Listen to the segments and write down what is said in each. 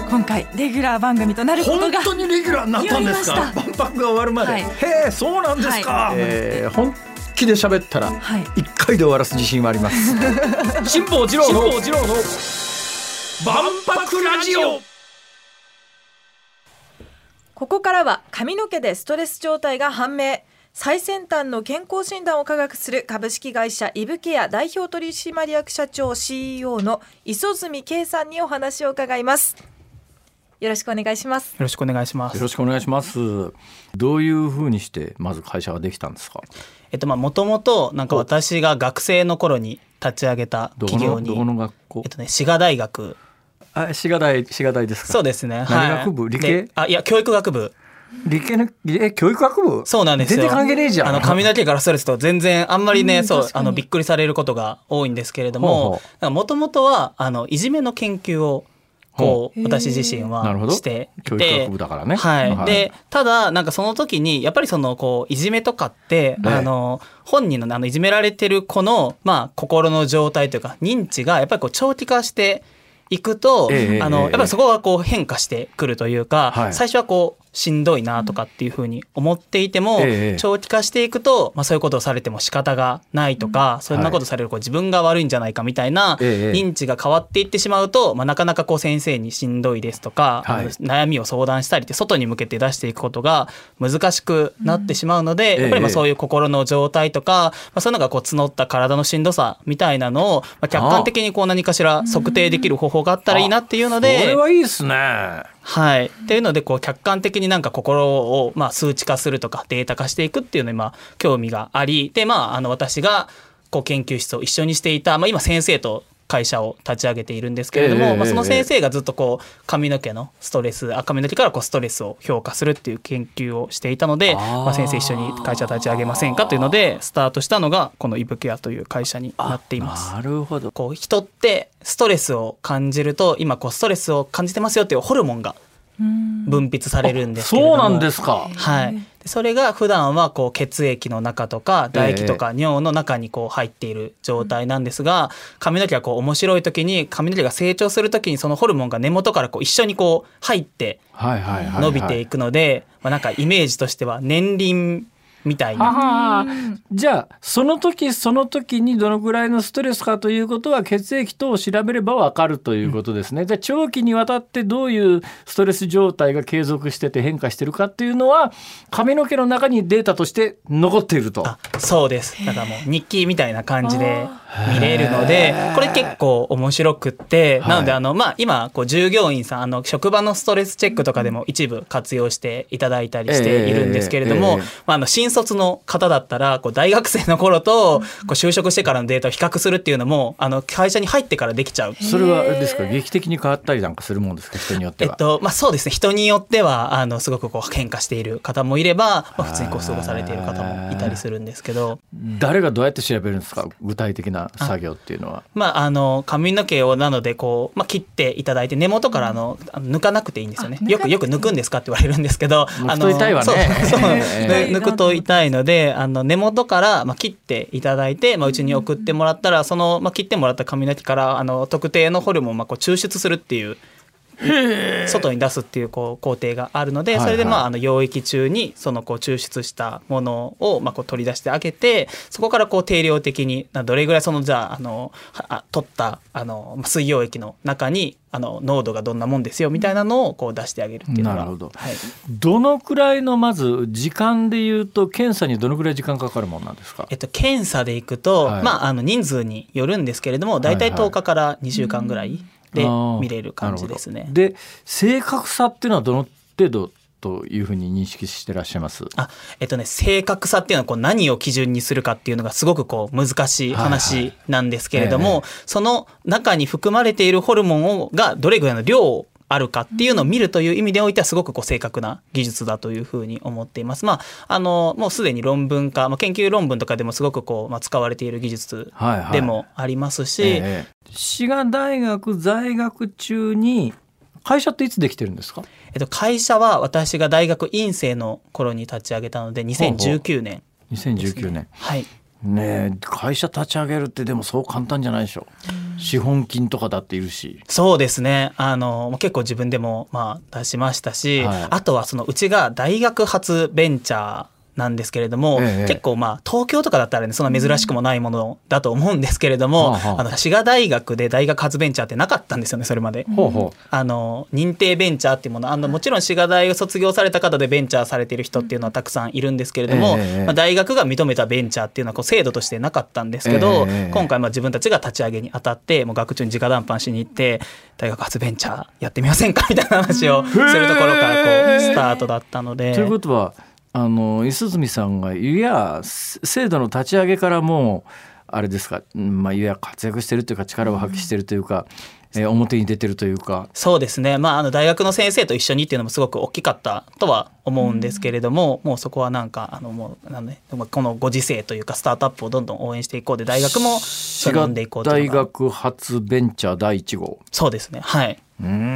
今回レギュラー番組となることが本当にレギュラーになったんですか？万博が終わるまで、はい、へえ、そうなんですか、本気で喋ったら1回で終わらす自信はあります。辛坊治郎の万博ラジオ。 ここからは髪の毛でストレス状態が判明、最先端の健康診断を科学する株式会社イブケア代表取締役社長 CEO の磯住圭さんにお話を伺います。よろしくお願いします。 よろしくお願いします。 よろしくお願いします。どういうふうにしてまず会社ができたんですか？ もともとなんか私が学生の頃に立ち上げた企業に、 どこの学校？ 滋賀大学。 滋賀大ですか？ そうですね。 何学部？理系？ いや教育学部。 理系の教育学部？そうなんですよ。全然関係ねえじゃん。 髪の毛からストレスと全然あんまりね、びっくりされることが多いんですけれども、もともとはいじめの研究を私自身はしていて、 教育学部だからね。 でただなんかその時にやっぱりいじめとかって、本人のいじめられてる子の心の状態というか認知がやっぱり長期化していくと、やっぱりそこが変化してくるというか、最初はしんどいなとかっていうふうに思っていても、長期化していくと、そういうことをされても仕方がないとか、そんなことされる自分が悪いんじゃないかみたいな認知が変わっていってしまうと、なかなか先生にしんどいですとか、悩みを相談したりって外に向けて出していくことが難しくなってしまうので、やっぱりそういう心の状態とか、そういうのが募った体のしんどさみたいなのを客観的に何かしら測定できる方法があったらいいなっていうので、 それはいいですね。 はい、っていうので客観的になんか心を数値化するとかデータ化していくっていうのに興味があり、で私が研究室を一緒にしていた、今先生と会社を立ち上げているんですけれども、その先生がずっと髪の毛のストレス、髪の毛からストレスを評価するっていう研究をしていたので、先生一緒に会社立ち上げませんかというのでスタートしたのがこのイブケアという会社になっています。 なるほど。 人ってストレスを感じると、今ストレスを感じてますよっていうホルモンが分泌されるんですけれども、 そうなんですか。 はい、それが普段は血液の中とか唾液とか尿の中に入っている状態なんですが、髪の毛が面白い時に、髪の毛が成長する時にそのホルモンが根元から一緒に入って伸びていくので、なんかイメージとしては年輪みたいな。 じゃあその時にどのくらいのストレスかということは血液等を調べれば分かるということですね。じゃあ長期にわたってどういうストレス状態が継続してて変化してるかっていうのは髪の毛の中にデータとして残っていると。 そうです。だからもう日記みたいな感じで見れるので、これ結構面白くって、なので今従業員さん職場のストレスチェックとかでも一部活用していただいたりしているんですけれども、新卒の方だったら大学生の頃と就職してからのデータを比較するっていうのも会社に入ってからできちゃう。 それはあれですか、劇的に変わったりなんかするもんですか、人によっては。 そうですね、人によってはすごく変化している方もいれば、普通に過ごされている方もいたりするんですけど、 誰がどうやって調べるんですか、具体的な作業っていうのは。 髪の毛をなので切っていただいて、根元から抜かなくていいんですよね。よく抜くんですかって言われるんですけど、 抜くと痛いわね。 抜くと痛いので根元から切っていただいて、うちに送ってもらったら、その切ってもらった髪の毛から特定のホルモンを抽出するっていう、外に出すっていう工程があるので、それで溶液中にその抽出したものを取り出してあげて、そこから定量的にどれぐらい取った水溶液の中に濃度がどんなもんですよみたいなのを出してあげるっていうのが。 なるほど。どのくらいのまず時間でいうと検査にどのくらい時間かかるものなんですか？ 検査でいくと、人数によるんですけれども、だいたい10日から2週間ぐらいで見れる感じですね。 で、正確さっていうのはどの程度というふうに認識してらっしゃいます？ 正確さっていうのは何を基準にするかっていうのがすごく難しい話なんですけれども、その中に含まれているホルモンがどれぐらいの量あるかっていうのを見るという意味でおいてはすごく正確な技術だというふうに思っています。もうすでに論文化、研究論文とかでもすごく使われている技術でもありますし、 滋賀大学在学中に会社っていつできてるんですか？ 会社は私が大学院生の頃に立ち上げたので2019年ですね。 2019年。 はい。 ねえ、会社立ち上げるってでもそう簡単じゃないでしょ。 資本金とかだっているし。 そうですね。結構自分でも出しましたし、あとはうちが大学発ベンチャーなんですけれども、結構東京とかだったらねそんな珍しくもないものだと思うんですけれども、滋賀大学で大学発ベンチャーってなかったんですよねそれまで。認定ベンチャーっていうものもちろん滋賀大を卒業された方でベンチャーされている人っていうのはたくさんいるんですけれども、大学が認めたベンチャーっていうのは制度としてなかったんですけど、今回自分たちが立ち上げにあたってもう学長に直談判しに行って大学発ベンチャーやってみませんかみたいな話をするところからスタートだったので。 ということは磯住さんがいや制度の立ち上げからもうあれですか、いや活躍してるというか力を発揮してるというか、表に出てるというか。 そうですね、大学の先生と一緒にっていうのもすごく大きかったとは思うんですけれども、もうそこはなんかこのご時世というかスタートアップをどんどん応援していこうで大学も飲んでいこうというのが大学発ベンチャー第1号。 そうですね、はい。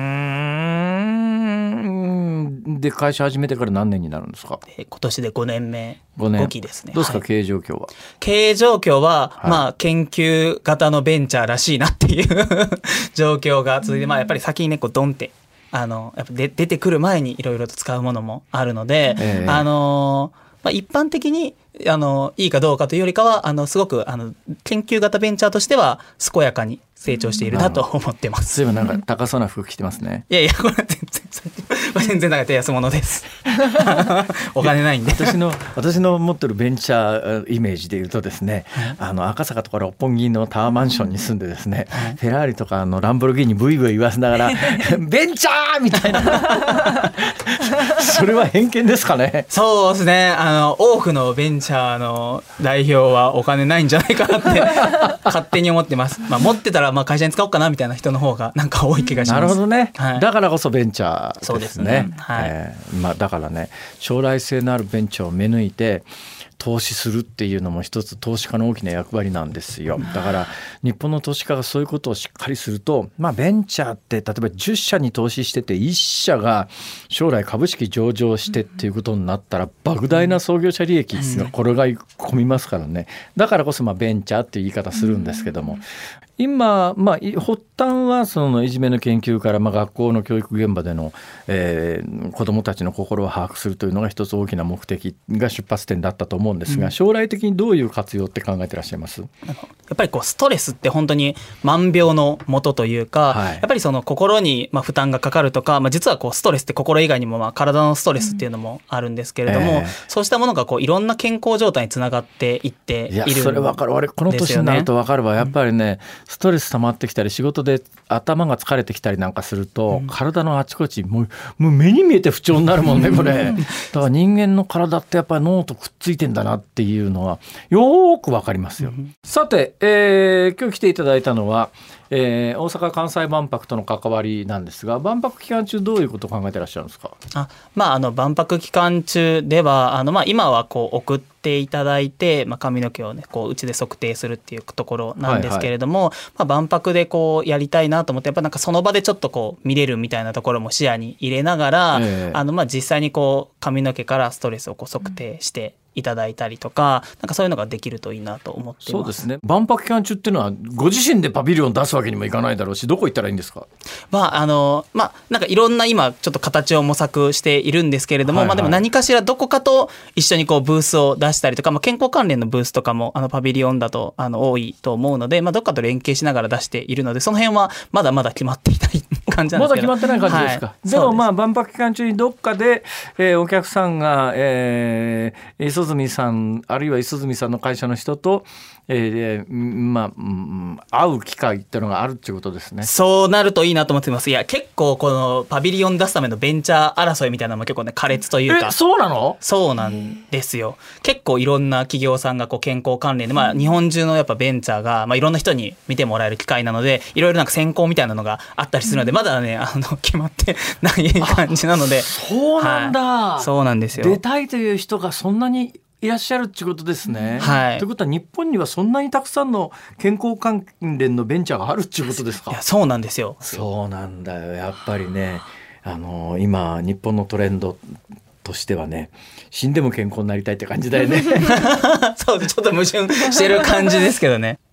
で会社始めてから何年になるんですか？ 今年で5年目5期ですね。 どうですか、経営状況は？経営状況は、研究型のベンチャーらしいなっていう状況が続いて、やっぱり先にねドンってやっぱ出てくる前にいろいろと使うものもあるので、一般的にいいかどうかというよりかはすごく研究型ベンチャーとしては健やかに成長しているなと思ってます。 そういえばなんか高そうな服着てますね。 いやこれ全然なんか手安物ですお金ないんで。 私の持ってるベンチャーイメージで言うとですね、赤坂とか六本木のタワーマンションに住んでですね、フェラーリとかランボルギーニブイブイ言わせながらベンチャーみたいなそれは偏見ですかね？ そうですね、多くのベンチャーの代表はお金ないんじゃないかなって勝手に思ってます。持ってたら会社に使おうかなみたいな人の方がなんか多い気がします。 なるほどね、だからこそベンチャーですね。 そうですね、 だからね将来性のあるベンチャーを見抜いて投資するっていうのも一つ投資家の大きな役割なんですよ。だから日本の投資家がそういうことをしっかりすると、ベンチャーって例えば10社に投資してて1社が将来株式上場してっていうことになったら莫大な創業者利益が転がり込みますからね。だからこそベンチャーっていう言い方するんですけども、今、発端はそのいじめの研究から、学校の教育現場での、子どもたちの心を把握するというのが一つ大きな目的が出発点だったと思うんですが、将来的にどういう活用って考えてらっしゃいます？やっぱりストレスって本当に万病の元というか、やっぱりその心に負担がかかるとか、実はストレスって心以外にも体のストレスっていうのもあるんですけれども、そうしたものがいろんな健康状態につながっていっているんですよね。いやそれ分かる。俺この年になると分かるわ。やっぱりねストレス溜まってきたり仕事で頭が疲れてきたりなんかすると、体のあちこちもう目に見えて不調になるもんねこれだから人間の体ってやっぱり脳とくっついてんだなっていうのはよーくわかりますよ。さて、今日来ていただいたのは、大阪・関西万博との関わりなんですが、万博期間中どういうことを考えてらっしゃるんですか？ 万博期間中では今は送っていただいて、髪の毛をねうちで測定するっていうところなんですけれども、万博でやりたいなと思ってやっぱなんかその場でちょっと見れるみたいなところも視野に入れながら、実際に髪の毛からストレスを測定していただいたりとか、なんかそういうのができるといいなと思っています。 そうですね。万博期間中っていうのはご自身でパビリオン出すわけにもいかないだろうし、どこ行ったらいいんですか？ なんかいろんな今ちょっと形を模索しているんですけれども、でも何かしらどこかと一緒にブースを出したりとか、健康関連のブースとかもパビリオンだと多いと思うので、どっかと連携しながら出しているので、その辺はまだまだ決まっていない感じなんですけど。 まだ決まってない感じですか？でも万博期間中にどっかで、お客さんが、磯住さんあるいは磯住さんの会社の人と、会う機会っていうのがあるっていうことですね。 そうなるといいなと思ってます。いや結構このパビリオン出すためのベンチャー争いみたいなのも結構ね苛烈というか。 そうなの？ そうなんですよ。結構いろんな企業さんが健康関連で、日本中のやっぱベンチャーが、いろんな人に見てもらえる機会なので、いろいろなんか選考みたいなのがあったりするので、まだね決まってない感じなので。 そうなんだ、 そうなんですよ。 出たいという人がそんなにいらっしゃるっていうことですね。ということは日本にはそんなにたくさんの健康関連のベンチャーがあるっていうことですか？ いやそうなんですよ。 そうなんだよ。やっぱりね今日本のトレンドとしてはね、死んでも健康になりたいって感じだよねそうちょっと矛盾してる感じですけどね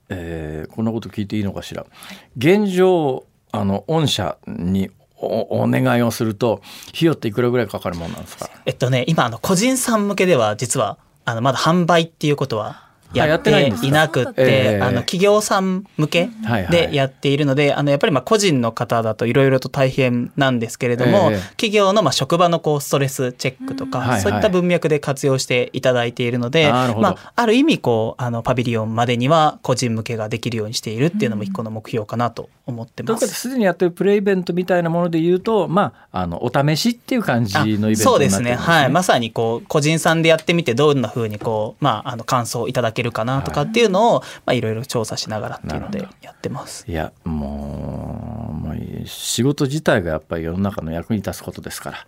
こんなこと聞いていいのかしら。現状御社にお願いをすると費用っていくらぐらいかかるものなんですか？ 今個人さん向けでは実はまだ販売っていうことはやっていなくて、企業さん向けでやっているので、やっぱり個人の方だといろいろと大変なんですけれども、企業の職場のストレスチェックとか、そういった文脈で活用していただいているので、ある意味パビリオンまでには個人向けができるようにしているっていうのも一個の目標かなと思ってます。 すでにやってるプレイイベントみたいなもので言うと、お試しっていう感じのイベントになってるんですね。 そうですね、はい、まさに個人さんでやってみてどんな風に感想をいただけるかなとかっていうのをいろいろ調査しながらっていうのでやってます。 いやもう仕事自体がやっぱり世の中の役に立つことですから、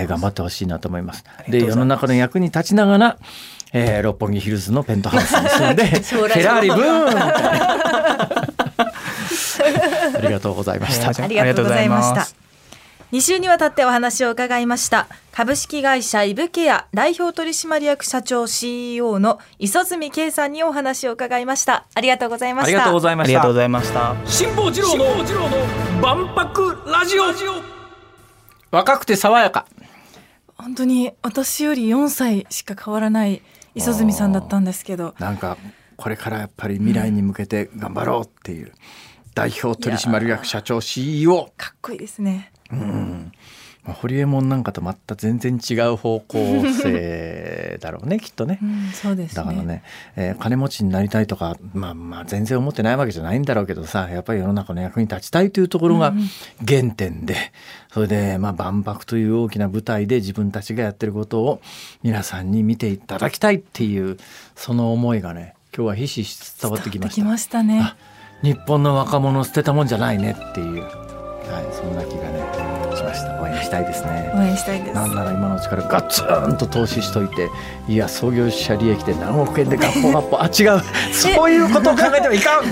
頑張ってほしいなと思います。で世の中の役に立ちながら、六本木ヒルズのペントハウスに住んでフェラーリブーンみたいなありがとうございました。 ありがとうございました。2週にわたってお話を伺いました株式会社イブケア代表取締役社長 CEO の磯住圭さんにお話を伺いました。ありがとうございました。 ありがとうございました。 ありがとうございました。 辛坊治郎の万博ラジオ。若くて爽やか。 本当に私より4歳しか変わらない磯住さんだったんですけど、 なんかこれからやっぱり未来に向けて頑張ろうっていう、代表取締役社長 CEO かっこいいですね。 ホリエモンなんかとまた全然違う方向性だろうねきっとね、 そうですね。 だからね、金持ちになりたいとか、全然思ってないわけじゃないんだろうけどさ、やっぱり世の中の役に立ちたいというところが原点で、それで万博という大きな舞台で自分たちがやってることを皆さんに見ていただきたいっていうその思いがね、今日はひしひし伝わってきました。 伝わってきましたね。 日本の若者捨てたもんじゃないねっていう、そんな気がねしました。応援したいですね。 応援したいです。 なんなら今のうちからガツンと投資しといて、いや創業者利益で何億円でガッポガッポ違うそういうことを考えてはいかん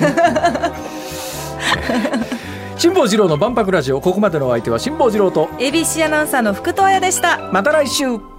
辛坊治郎の万博ラジオ、ここまでのお相手は辛坊治郎と ABC アナウンサーの福藤彩でした。 また来週。